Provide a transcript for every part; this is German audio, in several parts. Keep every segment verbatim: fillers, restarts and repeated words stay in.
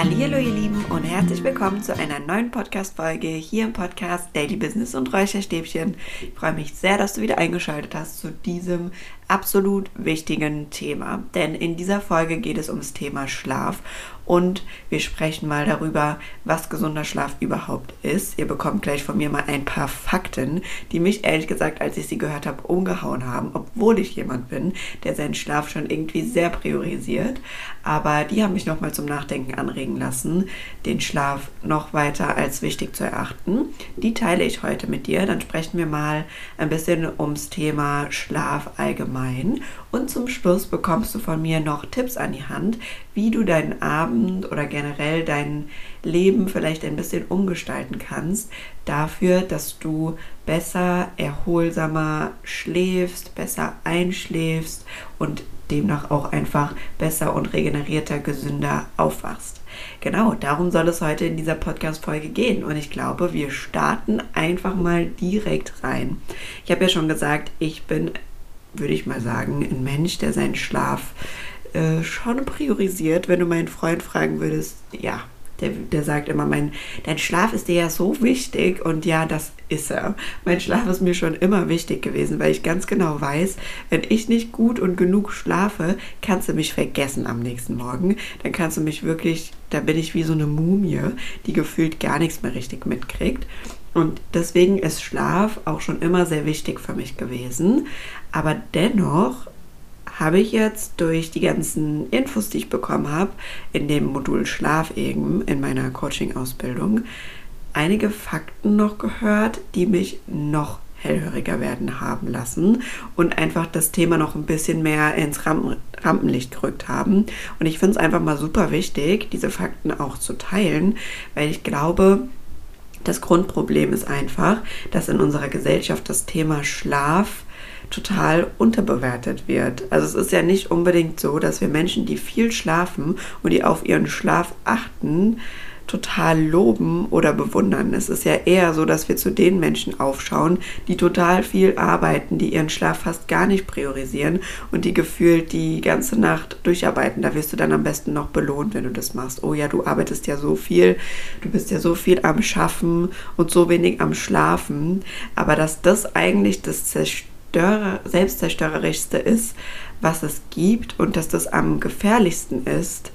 Hallihallo ihr Lieben und herzlich willkommen zu einer neuen Podcast-Folge hier im Podcast Daily Business und Räucherstäbchen. Ich freue mich sehr, dass du wieder eingeschaltet hast zu diesem absolut wichtigen Thema, denn in dieser Folge geht es ums Thema Schlaf und wir sprechen mal darüber, was gesunder Schlaf überhaupt ist. Ihr bekommt gleich von mir mal ein paar Fakten, die mich ehrlich gesagt, als ich sie gehört habe, umgehauen haben, obwohl ich jemand bin, der seinen Schlaf schon irgendwie sehr priorisiert, aber die haben mich nochmal zum Nachdenken anregen lassen, den Schlaf noch weiter als wichtig zu erachten. Die teile ich heute mit dir, dann sprechen wir mal ein bisschen ums Thema Schlaf allgemein. Und zum Schluss bekommst du von mir noch Tipps an die Hand, wie du deinen Abend oder generell dein Leben vielleicht ein bisschen umgestalten kannst, dafür, dass du besser, erholsamer schläfst, besser einschläfst und demnach auch einfach besser und regenerierter, gesünder aufwachst. Genau, darum soll es heute in dieser Podcast-Folge gehen und ich glaube, wir starten einfach mal direkt rein. Ich habe ja schon gesagt, ich bin, würde ich mal sagen, ein Mensch, der seinen Schlaf äh, schon priorisiert. Wenn du meinen Freund fragen würdest, ja, der, der sagt immer, mein, dein Schlaf ist dir ja so wichtig und ja, das ist er. Mein Schlaf ist mir schon immer wichtig gewesen, weil ich ganz genau weiß, wenn ich nicht gut und genug schlafe, kannst du mich vergessen am nächsten Morgen. Dann kannst du mich wirklich, da bin ich wie so eine Mumie, die gefühlt gar nichts mehr richtig mitkriegt. Und deswegen ist Schlaf auch schon immer sehr wichtig für mich gewesen. Aber dennoch habe ich jetzt durch die ganzen Infos, die ich bekommen habe, in dem Modul Schlaf eben, in meiner Coaching-Ausbildung, einige Fakten noch gehört, die mich noch hellhöriger werden haben lassen und einfach das Thema noch ein bisschen mehr ins Rampen, Rampenlicht gerückt haben. Und ich finde es einfach mal super wichtig, diese Fakten auch zu teilen, weil ich glaube, das Grundproblem ist einfach, dass in unserer Gesellschaft das Thema Schlaf total unterbewertet wird. Also es ist ja nicht unbedingt so, dass wir Menschen, die viel schlafen und die auf ihren Schlaf achten, total loben oder bewundern. Es ist ja eher so, dass wir zu den Menschen aufschauen, die total viel arbeiten, die ihren Schlaf fast gar nicht priorisieren und die gefühlt die ganze Nacht durcharbeiten. Da wirst du dann am besten noch belohnt, wenn du das machst. Oh ja, du arbeitest ja so viel, du bist ja so viel am Schaffen und so wenig am Schlafen. Aber dass das eigentlich das Zerstörer, selbstzerstörerischste ist, was es gibt und dass das am gefährlichsten ist,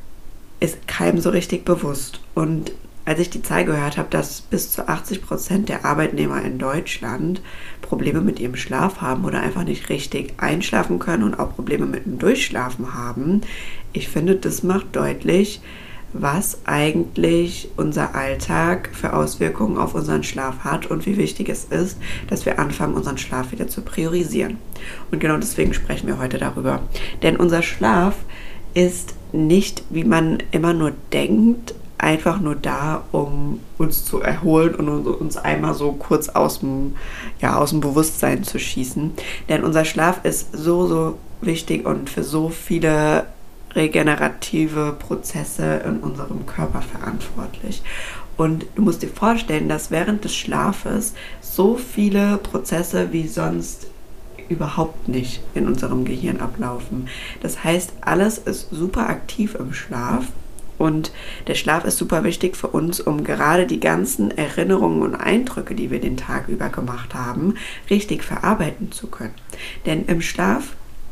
ist keinem so richtig bewusst. Und als ich die Zahl gehört habe, dass bis zu achtzig Prozent der Arbeitnehmer in Deutschland Probleme mit ihrem Schlaf haben oder einfach nicht richtig einschlafen können und auch Probleme mit dem Durchschlafen haben, ich finde, das macht deutlich, was eigentlich unser Alltag für Auswirkungen auf unseren Schlaf hat und wie wichtig es ist, dass wir anfangen, unseren Schlaf wieder zu priorisieren. Und genau deswegen sprechen wir heute darüber. Denn unser Schlaf ist nicht, wie man immer nur denkt, einfach nur da, um uns zu erholen und uns einmal so kurz aus dem, ja, aus dem Bewusstsein zu schießen. Denn unser Schlaf ist so, so wichtig und für so viele regenerative Prozesse in unserem Körper verantwortlich. Und du musst dir vorstellen, dass während des Schlafes so viele Prozesse wie sonst überhaupt nicht in unserem Gehirn ablaufen. Das heißt, alles ist super aktiv im Schlaf und der Schlaf ist super wichtig für uns, um gerade die ganzen Erinnerungen und Eindrücke, die wir den Tag über gemacht haben, richtig verarbeiten zu können. Denn im Schlaf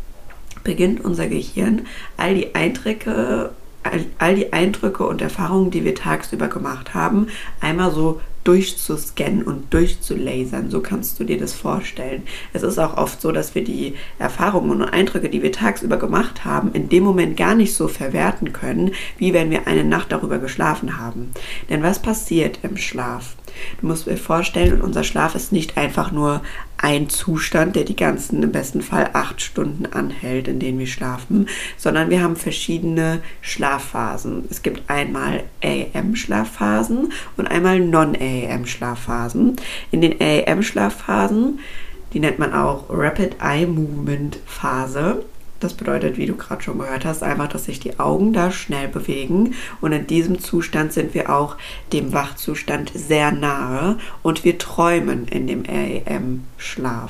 beginnt unser Gehirn all die Eindrücke, all, all die Eindrücke und Erfahrungen, die wir tagsüber gemacht haben, einmal so durchzuscannen und durchzulasern. So kannst du dir das vorstellen. Es ist auch oft so, dass wir die Erfahrungen und Eindrücke, die wir tagsüber gemacht haben, in dem Moment gar nicht so verwerten können, wie wenn wir eine Nacht darüber geschlafen haben. Denn was passiert im Schlaf? Du musst dir vorstellen, unser Schlaf ist nicht einfach nur ein Zustand, der die ganzen, im besten Fall acht Stunden anhält, in denen wir schlafen, sondern wir haben verschiedene Schlafphasen. Es gibt einmal A M-Schlafphasen und einmal Non-A M-Schlafphasen. In den A M-Schlafphasen, die nennt man auch Rapid Eye Movement Phase. Das bedeutet, wie du gerade schon gehört hast, einfach, dass sich die Augen da schnell bewegen und in diesem Zustand sind wir auch dem Wachzustand sehr nahe und wir träumen in dem R E M-Schlaf.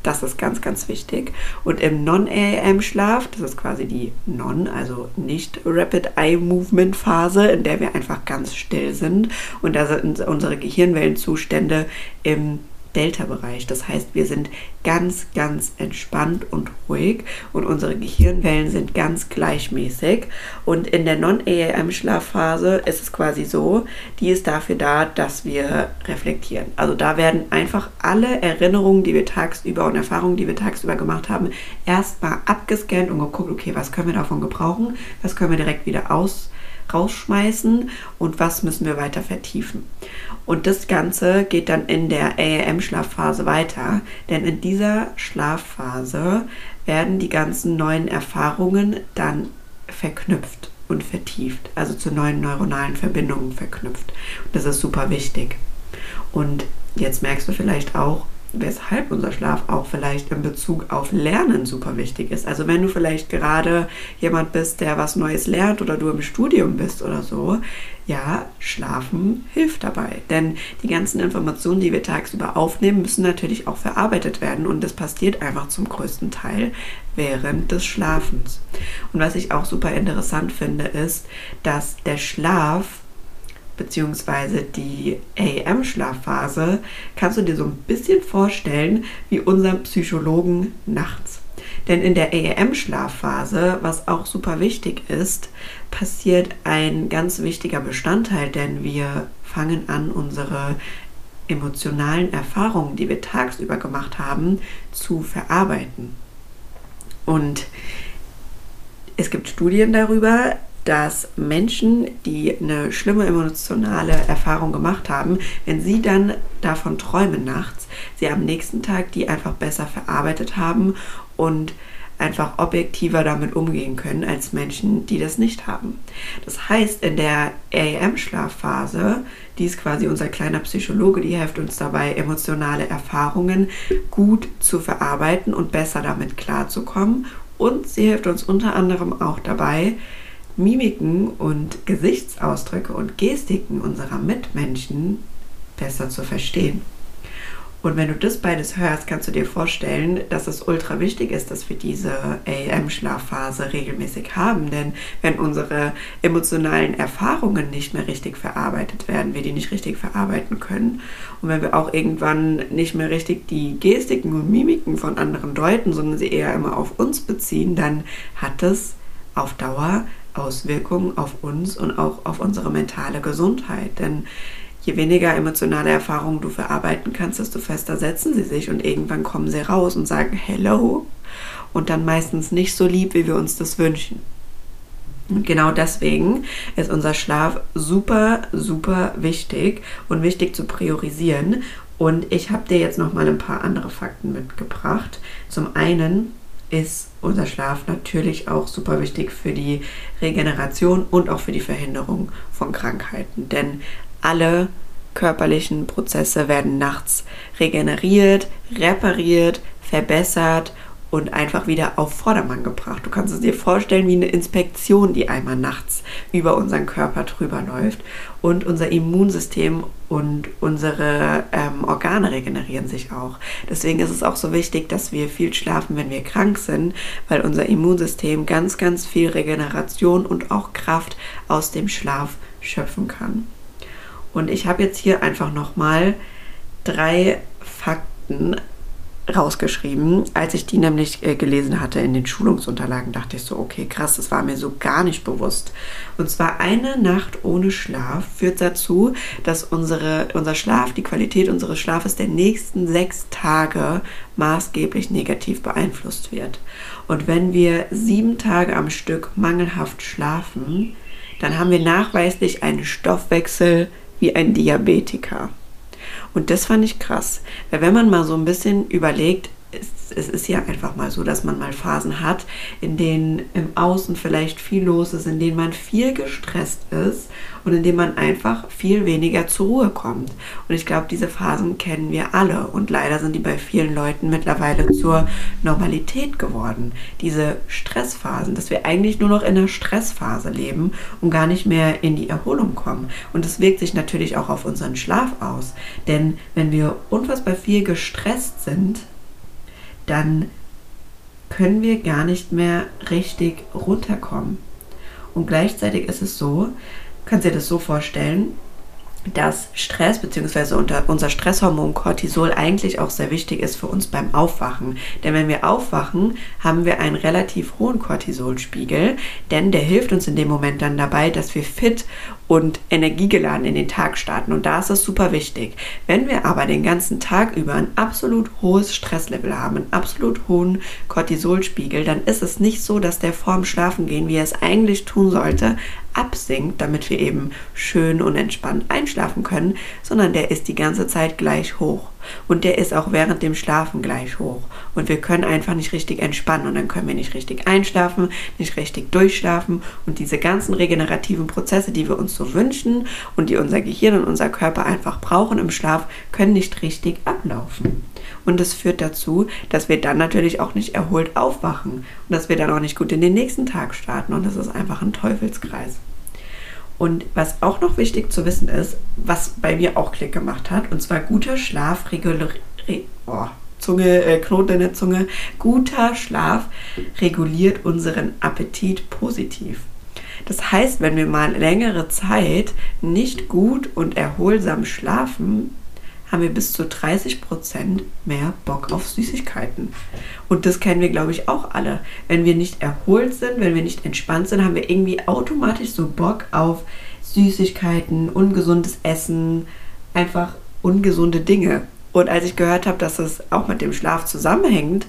Das ist ganz, ganz wichtig. Und im Non-A M-Schlaf, das ist quasi die Non, also nicht Rapid Eye Movement Phase, in der wir einfach ganz still sind. Und da sind unsere Gehirnwellenzustände im Delta-Bereich. Das heißt, wir sind ganz, ganz entspannt und ruhig und unsere Gehirnwellen sind ganz gleichmäßig. Und in der Non-A M-Schlafphase ist es quasi so, die ist dafür da, dass wir reflektieren. Also da werden einfach alle Erinnerungen, die wir tagsüber und Erfahrungen, die wir tagsüber gemacht haben, erstmal abgescannt und geguckt, okay, was können wir davon gebrauchen, was können wir direkt wieder aus rausschmeißen und was müssen wir weiter vertiefen. Und das Ganze geht dann in der A M-Schlafphase weiter, denn in dieser Schlafphase werden die ganzen neuen Erfahrungen dann verknüpft und vertieft, also zu neuen neuronalen Verbindungen verknüpft. Und das ist super wichtig. Und jetzt merkst du vielleicht auch, weshalb unser Schlaf auch vielleicht in Bezug auf Lernen super wichtig ist. Also wenn du vielleicht gerade jemand bist, der was Neues lernt oder du im Studium bist oder so, ja, Schlafen hilft dabei. Denn die ganzen Informationen, die wir tagsüber aufnehmen, müssen natürlich auch verarbeitet werden und das passiert einfach zum größten Teil während des Schlafens. Und was ich auch super interessant finde, ist, dass der Schlaf beziehungsweise die A M-Schlafphase, kannst du dir so ein bisschen vorstellen wie unseren Psychologen nachts. Denn in der A M-Schlafphase, was auch super wichtig ist, passiert ein ganz wichtiger Bestandteil, denn wir fangen an, unsere emotionalen Erfahrungen, die wir tagsüber gemacht haben, zu verarbeiten. Und es gibt Studien darüber, dass Menschen, die eine schlimme emotionale Erfahrung gemacht haben, wenn sie dann davon träumen nachts, sie am nächsten Tag die einfach besser verarbeitet haben und einfach objektiver damit umgehen können als Menschen, die das nicht haben. Das heißt, in der A M-Schlafphase, die ist quasi unser kleiner Psychologe, die hilft uns dabei, emotionale Erfahrungen gut zu verarbeiten und besser damit klarzukommen. Und sie hilft uns unter anderem auch dabei, Mimiken und Gesichtsausdrücke und Gestiken unserer Mitmenschen besser zu verstehen. Und wenn du das beides hörst, kannst du dir vorstellen, dass es ultra wichtig ist, dass wir diese A M-Schlafphase regelmäßig haben. Denn wenn unsere emotionalen Erfahrungen nicht mehr richtig verarbeitet werden, wir die nicht richtig verarbeiten können und wenn wir auch irgendwann nicht mehr richtig die Gestiken und Mimiken von anderen deuten, sondern sie eher immer auf uns beziehen, dann hat es auf Dauer Auswirkungen auf uns und auch auf unsere mentale Gesundheit. Denn je weniger emotionale Erfahrungen du verarbeiten kannst, desto fester setzen sie sich und irgendwann kommen sie raus und sagen Hello und dann meistens nicht so lieb, wie wir uns das wünschen. Und genau deswegen ist unser Schlaf super, super wichtig und wichtig zu priorisieren. Und ich habe dir jetzt nochmal ein paar andere Fakten mitgebracht. Zum einen ist unser Schlaf natürlich auch super wichtig für die Regeneration und auch für die Verhinderung von Krankheiten. Denn alle körperlichen Prozesse werden nachts regeneriert, repariert, verbessert und einfach wieder auf Vordermann gebracht. Du kannst es dir vorstellen wie eine Inspektion, die einmal nachts über unseren Körper drüber läuft und unser Immunsystem und unsere ähm, Organe regenerieren sich auch. Deswegen ist es auch so wichtig, dass wir viel schlafen, wenn wir krank sind, weil unser Immunsystem ganz, ganz viel Regeneration und auch Kraft aus dem Schlaf schöpfen kann. Und ich habe jetzt hier einfach nochmal drei Fakten rausgeschrieben. Als ich die nämlich äh, gelesen hatte in den Schulungsunterlagen, dachte ich so, okay, krass, das war mir so gar nicht bewusst. Und zwar eine Nacht ohne Schlaf führt dazu, dass unsere, unser Schlaf, die Qualität unseres Schlafes der nächsten sechs Tage maßgeblich negativ beeinflusst wird. Und wenn wir sieben Tage am Stück mangelhaft schlafen, dann haben wir nachweislich einen Stoffwechsel wie ein Diabetiker. Und das fand ich krass, weil wenn man mal so ein bisschen überlegt, es, es ist ja einfach mal so, dass man mal Phasen hat, in denen im Außen vielleicht viel los ist, in denen man viel gestresst ist und in denen man einfach viel weniger zur Ruhe kommt. Und ich glaube, diese Phasen kennen wir alle und leider sind die bei vielen Leuten mittlerweile zur Normalität geworden. Diese Stressphasen, dass wir eigentlich nur noch in einer Stressphase leben und gar nicht mehr in die Erholung kommen. Und das wirkt sich natürlich auch auf unseren Schlaf aus. Denn wenn wir unfassbar viel gestresst sind, dann können wir gar nicht mehr richtig runterkommen. Und gleichzeitig ist es so, kannst dir das so vorstellen, dass Stress bzw. unser Stresshormon Cortisol eigentlich auch sehr wichtig ist für uns beim Aufwachen. Denn wenn wir aufwachen, haben wir einen relativ hohen Cortisolspiegel, denn der hilft uns in dem Moment dann dabei, dass wir fit und energiegeladen in den Tag starten. Und da ist es super wichtig. Wenn wir aber den ganzen Tag über ein absolut hohes Stresslevel haben, einen absolut hohen Cortisolspiegel, dann ist es nicht so, dass der vorm Schlafengehen, wie er es eigentlich tun sollte, absinkt, damit wir eben schön und entspannt einschlafen können, sondern der ist die ganze Zeit gleich hoch. Und der ist auch während dem Schlafen gleich hoch. Und wir können einfach nicht richtig entspannen und dann können wir nicht richtig einschlafen, nicht richtig durchschlafen und diese ganzen regenerativen Prozesse, die wir uns so wünschen und die unser Gehirn und unser Körper einfach brauchen im Schlaf, können nicht richtig ablaufen. Und das führt dazu, dass wir dann natürlich auch nicht erholt aufwachen und dass wir dann auch nicht gut in den nächsten Tag starten und das ist einfach ein Teufelskreis. Und was auch noch wichtig zu wissen ist, was bei mir auch Klick gemacht hat, und zwar guter Schlaf reguliert, oh, Zunge, äh, Knoten in der Zunge, guter Schlaf reguliert unseren Appetit positiv. Das heißt, wenn wir mal längere Zeit nicht gut und erholsam schlafen, haben wir bis zu dreißig Prozent mehr Bock auf Süßigkeiten. Und das kennen wir, glaube ich, auch alle. Wenn wir nicht erholt sind, wenn wir nicht entspannt sind, haben wir irgendwie automatisch so Bock auf Süßigkeiten, ungesundes Essen, einfach ungesunde Dinge. Und als ich gehört habe, dass es auch mit dem Schlaf zusammenhängt,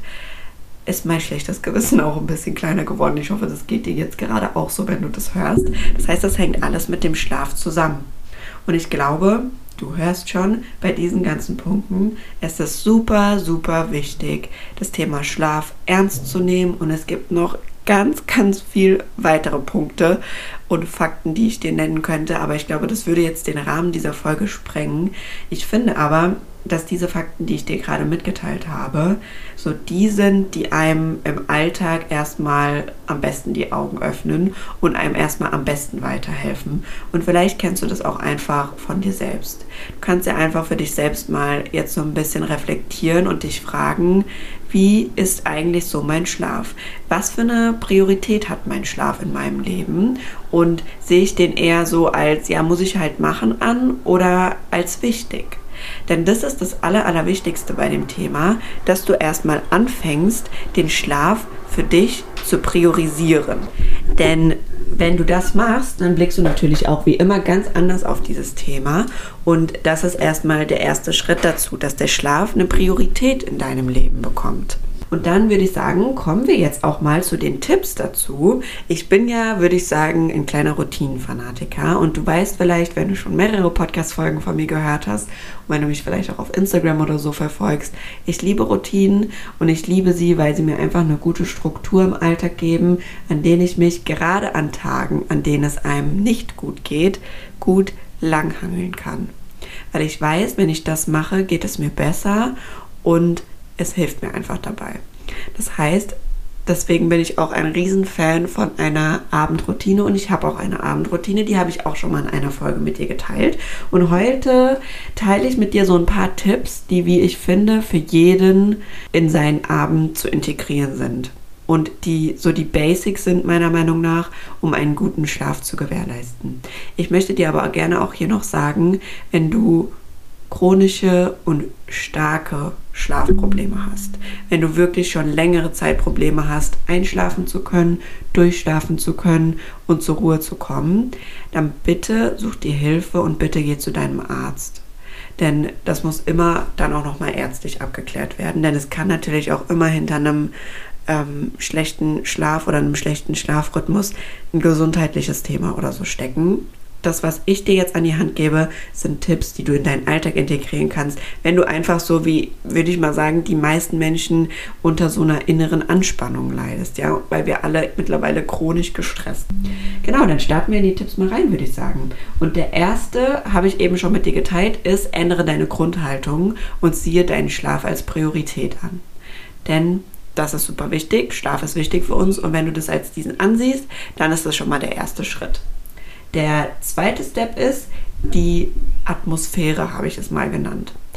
ist mein schlechtes Gewissen auch ein bisschen kleiner geworden. Ich hoffe, das geht dir jetzt gerade auch so, wenn du das hörst. Das heißt, das hängt alles mit dem Schlaf zusammen. Und ich glaube, du hörst schon, bei diesen ganzen Punkten ist es super, super wichtig, das Thema Schlaf ernst zu nehmen. Und es gibt noch ganz, ganz viel weitere Punkte und Fakten, die ich dir nennen könnte. Aber ich glaube, das würde jetzt den Rahmen dieser Folge sprengen. Ich finde aber, dass diese Fakten, die ich dir gerade mitgeteilt habe, so die sind, die einem im Alltag erstmal am besten die Augen öffnen und einem erstmal am besten weiterhelfen. Und vielleicht kennst du das auch einfach von dir selbst. Du kannst ja einfach für dich selbst mal jetzt so ein bisschen reflektieren und dich fragen, wie ist eigentlich so mein Schlaf? Was für eine Priorität hat mein Schlaf in meinem Leben? Und sehe ich den eher so als, ja, muss ich halt machen an oder als wichtig? Denn das ist das Aller, Allerwichtigste bei dem Thema, dass du erstmal anfängst, den Schlaf für dich zu priorisieren. Denn wenn du das machst, dann blickst du natürlich auch wie immer ganz anders auf dieses Thema. Und das ist erstmal der erste Schritt dazu, dass der Schlaf eine Priorität in deinem Leben bekommt. Und dann würde ich sagen, kommen wir jetzt auch mal zu den Tipps dazu. Ich bin ja, würde ich sagen, ein kleiner Routinenfanatiker. Und du weißt vielleicht, wenn du schon mehrere Podcast-Folgen von mir gehört hast und wenn du mich vielleicht auch auf Instagram oder so verfolgst, ich liebe Routinen und ich liebe sie, weil sie mir einfach eine gute Struktur im Alltag geben, an denen ich mich gerade an Tagen, an denen es einem nicht gut geht, gut langhangeln kann. Weil ich weiß, wenn ich das mache, geht es mir besser und es hilft mir einfach dabei. Das heißt, deswegen bin ich auch ein Riesenfan von einer Abendroutine und ich habe auch eine Abendroutine, die habe ich auch schon mal in einer Folge mit dir geteilt. Und heute teile ich mit dir so ein paar Tipps, die, wie ich finde, für jeden in seinen Abend zu integrieren sind. Und die so die Basics sind meiner Meinung nach, um einen guten Schlaf zu gewährleisten. Ich möchte dir aber gerne auch hier noch sagen, wenn du chronische und starke Schlafprobleme hast. Wenn du wirklich schon längere Zeit Probleme hast, einschlafen zu können, durchschlafen zu können und zur Ruhe zu kommen, dann bitte such dir Hilfe und bitte geh zu deinem Arzt. Denn das muss immer dann auch nochmal ärztlich abgeklärt werden, denn es kann natürlich auch immer hinter einem ähm, schlechten Schlaf oder einem schlechten Schlafrhythmus ein gesundheitliches Thema oder so stecken. Das, was ich dir jetzt an die Hand gebe, sind Tipps, die du in deinen Alltag integrieren kannst, wenn du einfach so wie, würde ich mal sagen, die meisten Menschen unter so einer inneren Anspannung leidest, ja, weil wir alle mittlerweile chronisch gestresst. Genau, dann starten wir in die Tipps mal rein, würde ich sagen. Und der erste, habe ich eben schon mit dir geteilt, ist, ändere deine Grundhaltung und siehe deinen Schlaf als Priorität an. Denn das ist super wichtig, Schlaf ist wichtig für uns und wenn du das als diesen ansiehst, dann ist das schon mal der erste Schritt. Der zweite Step ist die Atmosphäre, habe ich es mal genannt.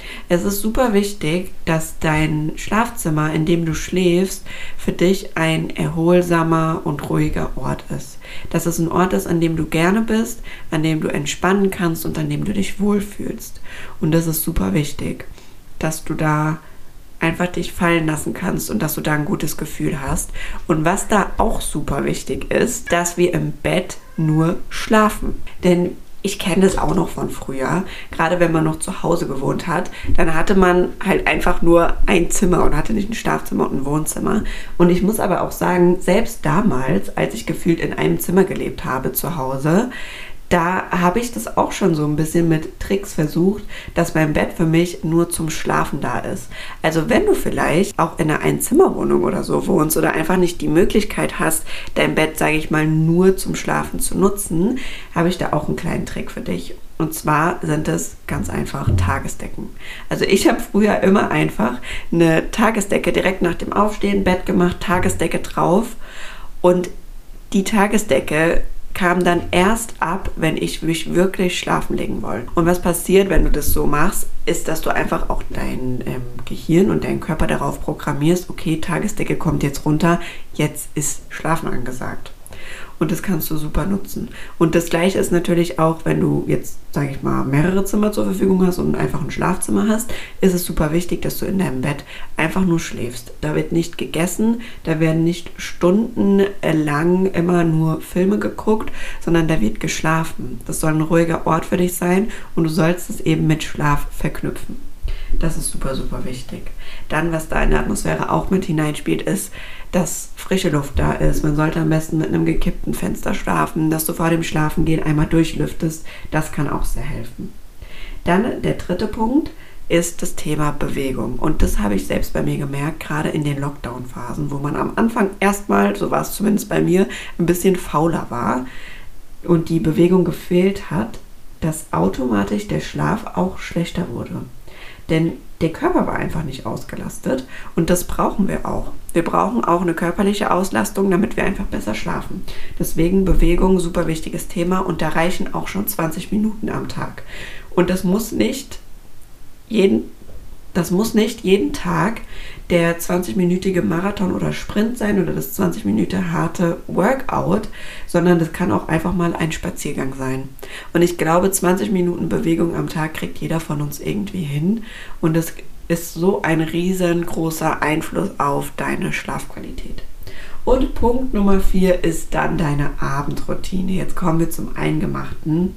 Es ist super wichtig, dass dein Schlafzimmer, in dem du schläfst, für dich ein erholsamer und ruhiger Ort ist. Dass es ein Ort ist, an dem du gerne bist, an dem du entspannen kannst und an dem du dich wohlfühlst. Und das ist super wichtig, dass du da einfach dich fallen lassen kannst und dass du da ein gutes Gefühl hast. Und was da auch super wichtig ist, dass wir im Bett nur schlafen. Denn ich kenne das auch noch von früher, gerade wenn man noch zu Hause gewohnt hat, dann hatte man halt einfach nur ein Zimmer und hatte nicht ein Schlafzimmer und ein Wohnzimmer. Und ich muss aber auch sagen, selbst damals, als ich gefühlt in einem Zimmer gelebt habe zu Hause, da habe ich das auch schon so ein bisschen mit Tricks versucht, dass mein Bett für mich nur zum Schlafen da ist. Also wenn du vielleicht auch in einer Einzimmerwohnung oder so wohnst oder einfach nicht die Möglichkeit hast, dein Bett, sage ich mal, nur zum Schlafen zu nutzen, habe ich da auch einen kleinen Trick für dich. Und zwar sind es ganz einfach Tagesdecken. Also ich habe früher immer einfach eine Tagesdecke direkt nach dem Aufstehen, Bett gemacht, Tagesdecke drauf und die Tagesdecke kam dann erst ab, wenn ich mich wirklich schlafen legen wollte. Und was passiert, wenn du das so machst, ist, dass du einfach auch dein ähm, Gehirn und deinen Körper darauf programmierst, okay, Tagesdecke kommt jetzt runter, jetzt ist Schlafen angesagt. Und das kannst du super nutzen. Und das Gleiche ist natürlich auch, wenn du jetzt, sage ich mal, mehrere Zimmer zur Verfügung hast und einfach ein Schlafzimmer hast, ist es super wichtig, dass du in deinem Bett einfach nur schläfst. Da wird nicht gegessen, da werden nicht stundenlang immer nur Filme geguckt, sondern da wird geschlafen. Das soll ein ruhiger Ort für dich sein und du sollst es eben mit Schlaf verknüpfen. Das ist super, super wichtig. Dann, was da in der Atmosphäre auch mit hineinspielt, ist, dass frische Luft da ist. Man sollte am besten mit einem gekippten Fenster schlafen, dass du vor dem Schlafengehen einmal durchlüftest. Das kann auch sehr helfen. Dann der dritte Punkt ist das Thema Bewegung. Und das habe ich selbst bei mir gemerkt, gerade in den Lockdown-Phasen, wo man am Anfang erstmal, so war es zumindest bei mir, ein bisschen fauler war und die Bewegung gefehlt hat, dass automatisch der Schlaf auch schlechter wurde. Denn der Körper war einfach nicht ausgelastet und das brauchen wir auch. Wir brauchen auch eine körperliche Auslastung, damit wir einfach besser schlafen. Deswegen Bewegung, super wichtiges Thema und da reichen auch schon zwanzig Minuten am Tag. Und das muss nicht jeden, das muss nicht jeden Tag der zwanzig-minütige Marathon oder Sprint sein oder das zwanzig Minuten harte Workout, sondern das kann auch einfach mal ein Spaziergang sein. Und ich glaube, zwanzig Minuten Bewegung am Tag kriegt jeder von uns irgendwie hin und das ist so ein riesengroßer Einfluss auf deine Schlafqualität. Und Punkt Nummer vier ist dann deine Abendroutine. Jetzt kommen wir zum Eingemachten.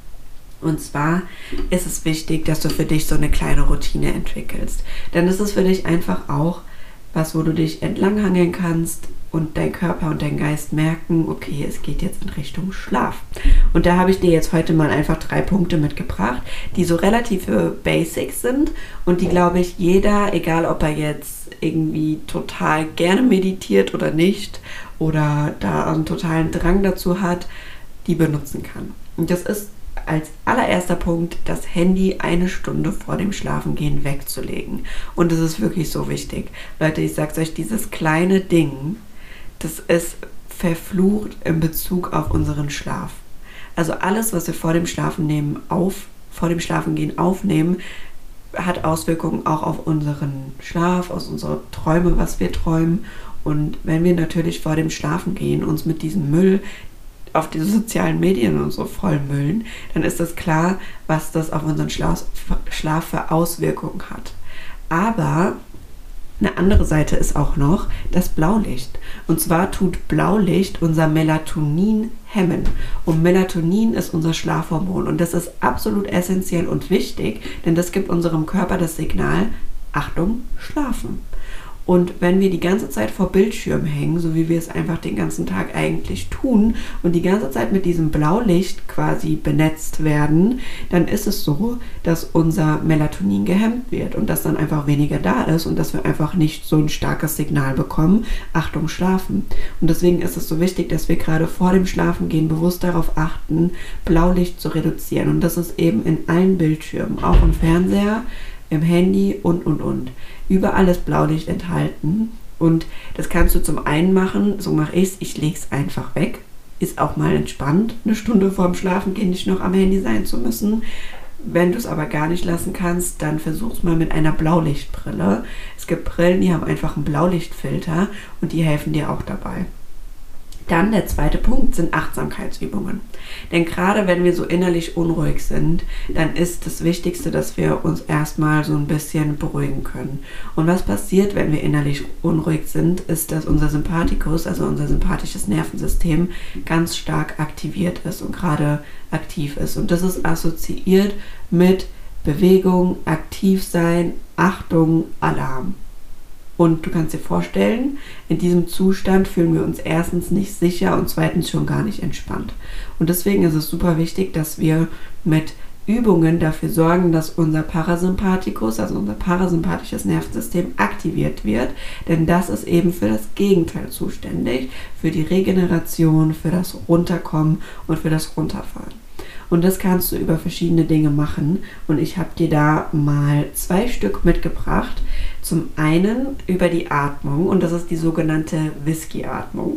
Und zwar ist es wichtig, dass du für dich so eine kleine Routine entwickelst. Denn es ist für dich einfach auch was, wo du dich entlanghangeln kannst und dein Körper und dein Geist merken, okay, es geht jetzt in Richtung Schlaf. Und da habe ich dir jetzt heute mal einfach drei Punkte mitgebracht, die so relative Basics sind und die, glaube ich, jeder, egal ob er jetzt irgendwie total gerne meditiert oder nicht oder da einen totalen Drang dazu hat, die benutzen kann. Und das ist als allererster Punkt, das Handy eine Stunde vor dem Schlafengehen wegzulegen. Und das ist wirklich so wichtig. Leute, ich sag's euch, dieses kleine Ding, das ist verflucht in Bezug auf unseren Schlaf. Also alles, was wir vor dem Schlafennehmen auf, vor dem Schlafengehen aufnehmen, hat Auswirkungen auch auf unseren Schlaf, auf unsere Träume, was wir träumen. Und wenn wir natürlich vor dem Schlafengehen uns mit diesem Müll auf diese sozialen Medien und so vollmüllen, dann ist das klar, was das auf unseren Schlaf, Schlaf für Auswirkungen hat. Aber eine andere Seite ist auch noch das Blaulicht. Und zwar tut Blaulicht unser Melatonin hemmen. Und Melatonin ist unser Schlafhormon. Und das ist absolut essentiell und wichtig, denn das gibt unserem Körper das Signal, Achtung, schlafen. Und wenn wir die ganze Zeit vor Bildschirmen hängen, so wie wir es einfach den ganzen Tag eigentlich tun und die ganze Zeit mit diesem Blaulicht quasi benetzt werden, dann ist es so, dass unser Melatonin gehemmt wird und dass dann einfach weniger da ist und dass wir einfach nicht so ein starkes Signal bekommen, Achtung, schlafen. Und deswegen ist es so wichtig, dass wir gerade vor dem Schlafengehen bewusst darauf achten, Blaulicht zu reduzieren. Und das ist eben in allen Bildschirmen, auch im Fernseher, im Handy und, und, und. Überall ist Blaulicht enthalten und das kannst du zum einen machen, so mache ich es, ich lege es einfach weg. Ist auch mal entspannt, eine Stunde vorm Schlafengehen nicht noch am Handy sein zu müssen. Wenn du es aber gar nicht lassen kannst, dann versuch's mal mit einer Blaulichtbrille. Es gibt Brillen, die haben einfach einen Blaulichtfilter und die helfen dir auch dabei. Dann der zweite Punkt sind Achtsamkeitsübungen. Denn gerade wenn wir so innerlich unruhig sind, dann ist das Wichtigste, dass wir uns erstmal so ein bisschen beruhigen können. Und was passiert, wenn wir innerlich unruhig sind, ist, dass unser Sympathikus, also unser sympathisches Nervensystem, ganz stark aktiviert ist und gerade aktiv ist. Und das ist assoziiert mit Bewegung, aktiv sein, Achtung, Alarm. Und du kannst dir vorstellen, in diesem Zustand fühlen wir uns erstens nicht sicher und zweitens schon gar nicht entspannt. Und deswegen ist es super wichtig, dass wir mit Übungen dafür sorgen, dass unser Parasympathikus, also unser parasympathisches Nervensystem, aktiviert wird. Denn das ist eben für das Gegenteil zuständig, für die Regeneration, für das Runterkommen und für das Runterfahren. Und das kannst du über verschiedene Dinge machen. Und ich habe dir da mal zwei Stück mitgebracht. Zum einen über die Atmung und das ist die sogenannte Whisky-Atmung.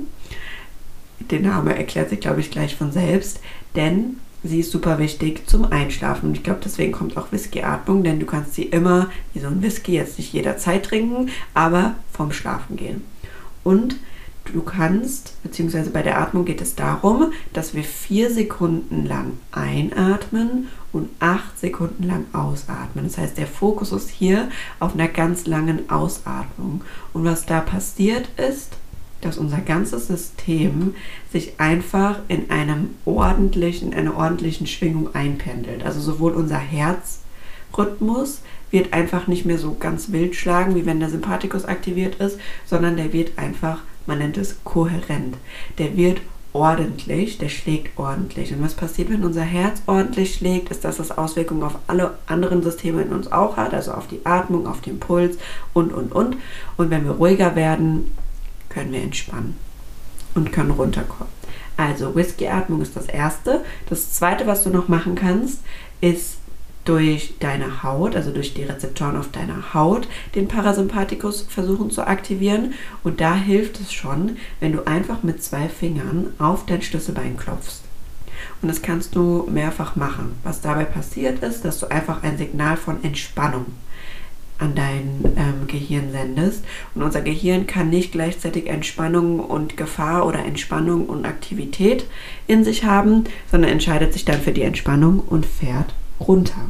Der Name erklärt sich, glaube ich, gleich von selbst, denn sie ist super wichtig zum Einschlafen. Und ich glaube, deswegen kommt auch Whisky-Atmung, denn du kannst sie immer, wie so ein Whisky, jetzt nicht jederzeit trinken, aber vorm Schlafen gehen. Und du kannst, beziehungsweise bei der Atmung geht es darum, dass wir vier Sekunden lang einatmen und acht Sekunden lang ausatmen. Das heißt, der Fokus ist hier auf einer ganz langen Ausatmung. Und was da passiert ist, dass unser ganzes System sich einfach in einem ordentlichen, einer ordentlichen Schwingung einpendelt. Also sowohl unser Herzrhythmus wird einfach nicht mehr so ganz wild schlagen, wie wenn der Sympathikus aktiviert ist, sondern der wird einfach, man nennt es kohärent. Der wird ordentlich, der schlägt ordentlich. Und was passiert, wenn unser Herz ordentlich schlägt, ist, dass das Auswirkungen auf alle anderen Systeme in uns auch hat, also auf die Atmung, auf den Puls und, und, und. Und wenn wir ruhiger werden, können wir entspannen und können runterkommen. Also Whisky-Atmung ist das Erste. Das Zweite, was du noch machen kannst, ist durch deine Haut, also durch die Rezeptoren auf deiner Haut, den Parasympathikus versuchen zu aktivieren. Und da hilft es schon, wenn du einfach mit zwei Fingern auf dein Schlüsselbein klopfst. Und das kannst du mehrfach machen. Was dabei passiert ist, dass du einfach ein Signal von Entspannung an dein ähm, Gehirn sendest. Und unser Gehirn kann nicht gleichzeitig Entspannung und Gefahr oder Entspannung und Aktivität in sich haben, sondern entscheidet sich dann für die Entspannung und fährt runter.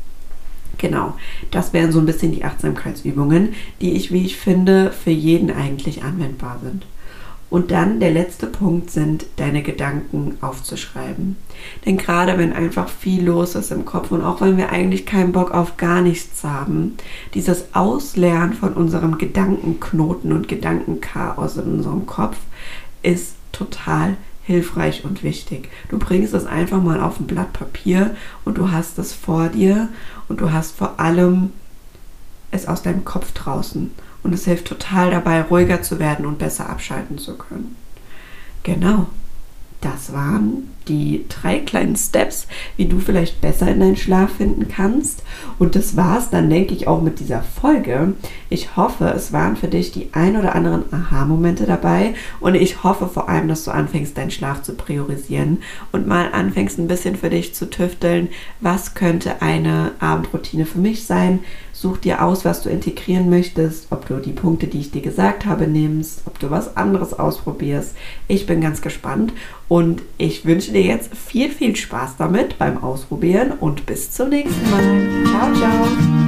Genau, das wären so ein bisschen die Achtsamkeitsübungen, die ich, wie ich finde, für jeden eigentlich anwendbar sind. Und dann der letzte Punkt sind, deine Gedanken aufzuschreiben. Denn gerade wenn einfach viel los ist im Kopf und auch wenn wir eigentlich keinen Bock auf gar nichts haben, dieses Ausleeren von unserem Gedankenknoten und Gedankenchaos in unserem Kopf ist total hilfreich und wichtig. Du bringst es einfach mal auf ein Blatt Papier und du hast es vor dir und du hast vor allem es aus deinem Kopf draußen. Und es hilft total dabei, ruhiger zu werden und besser abschalten zu können. Genau, das waren die drei kleinen Steps, wie du vielleicht besser in deinen Schlaf finden kannst. Und das war's dann, denke ich, auch mit dieser Folge. Ich hoffe, es waren für dich die ein oder anderen Aha-Momente dabei. Und ich hoffe vor allem, dass du anfängst, deinen Schlaf zu priorisieren und mal anfängst, ein bisschen für dich zu tüfteln, was könnte eine Abendroutine für mich sein. Such dir aus, was du integrieren möchtest, ob du die Punkte, die ich dir gesagt habe, nimmst, ob du was anderes ausprobierst. Ich bin ganz gespannt und ich wünsche dir jetzt viel, viel Spaß damit beim Ausprobieren und bis zum nächsten Mal. Ciao, ciao!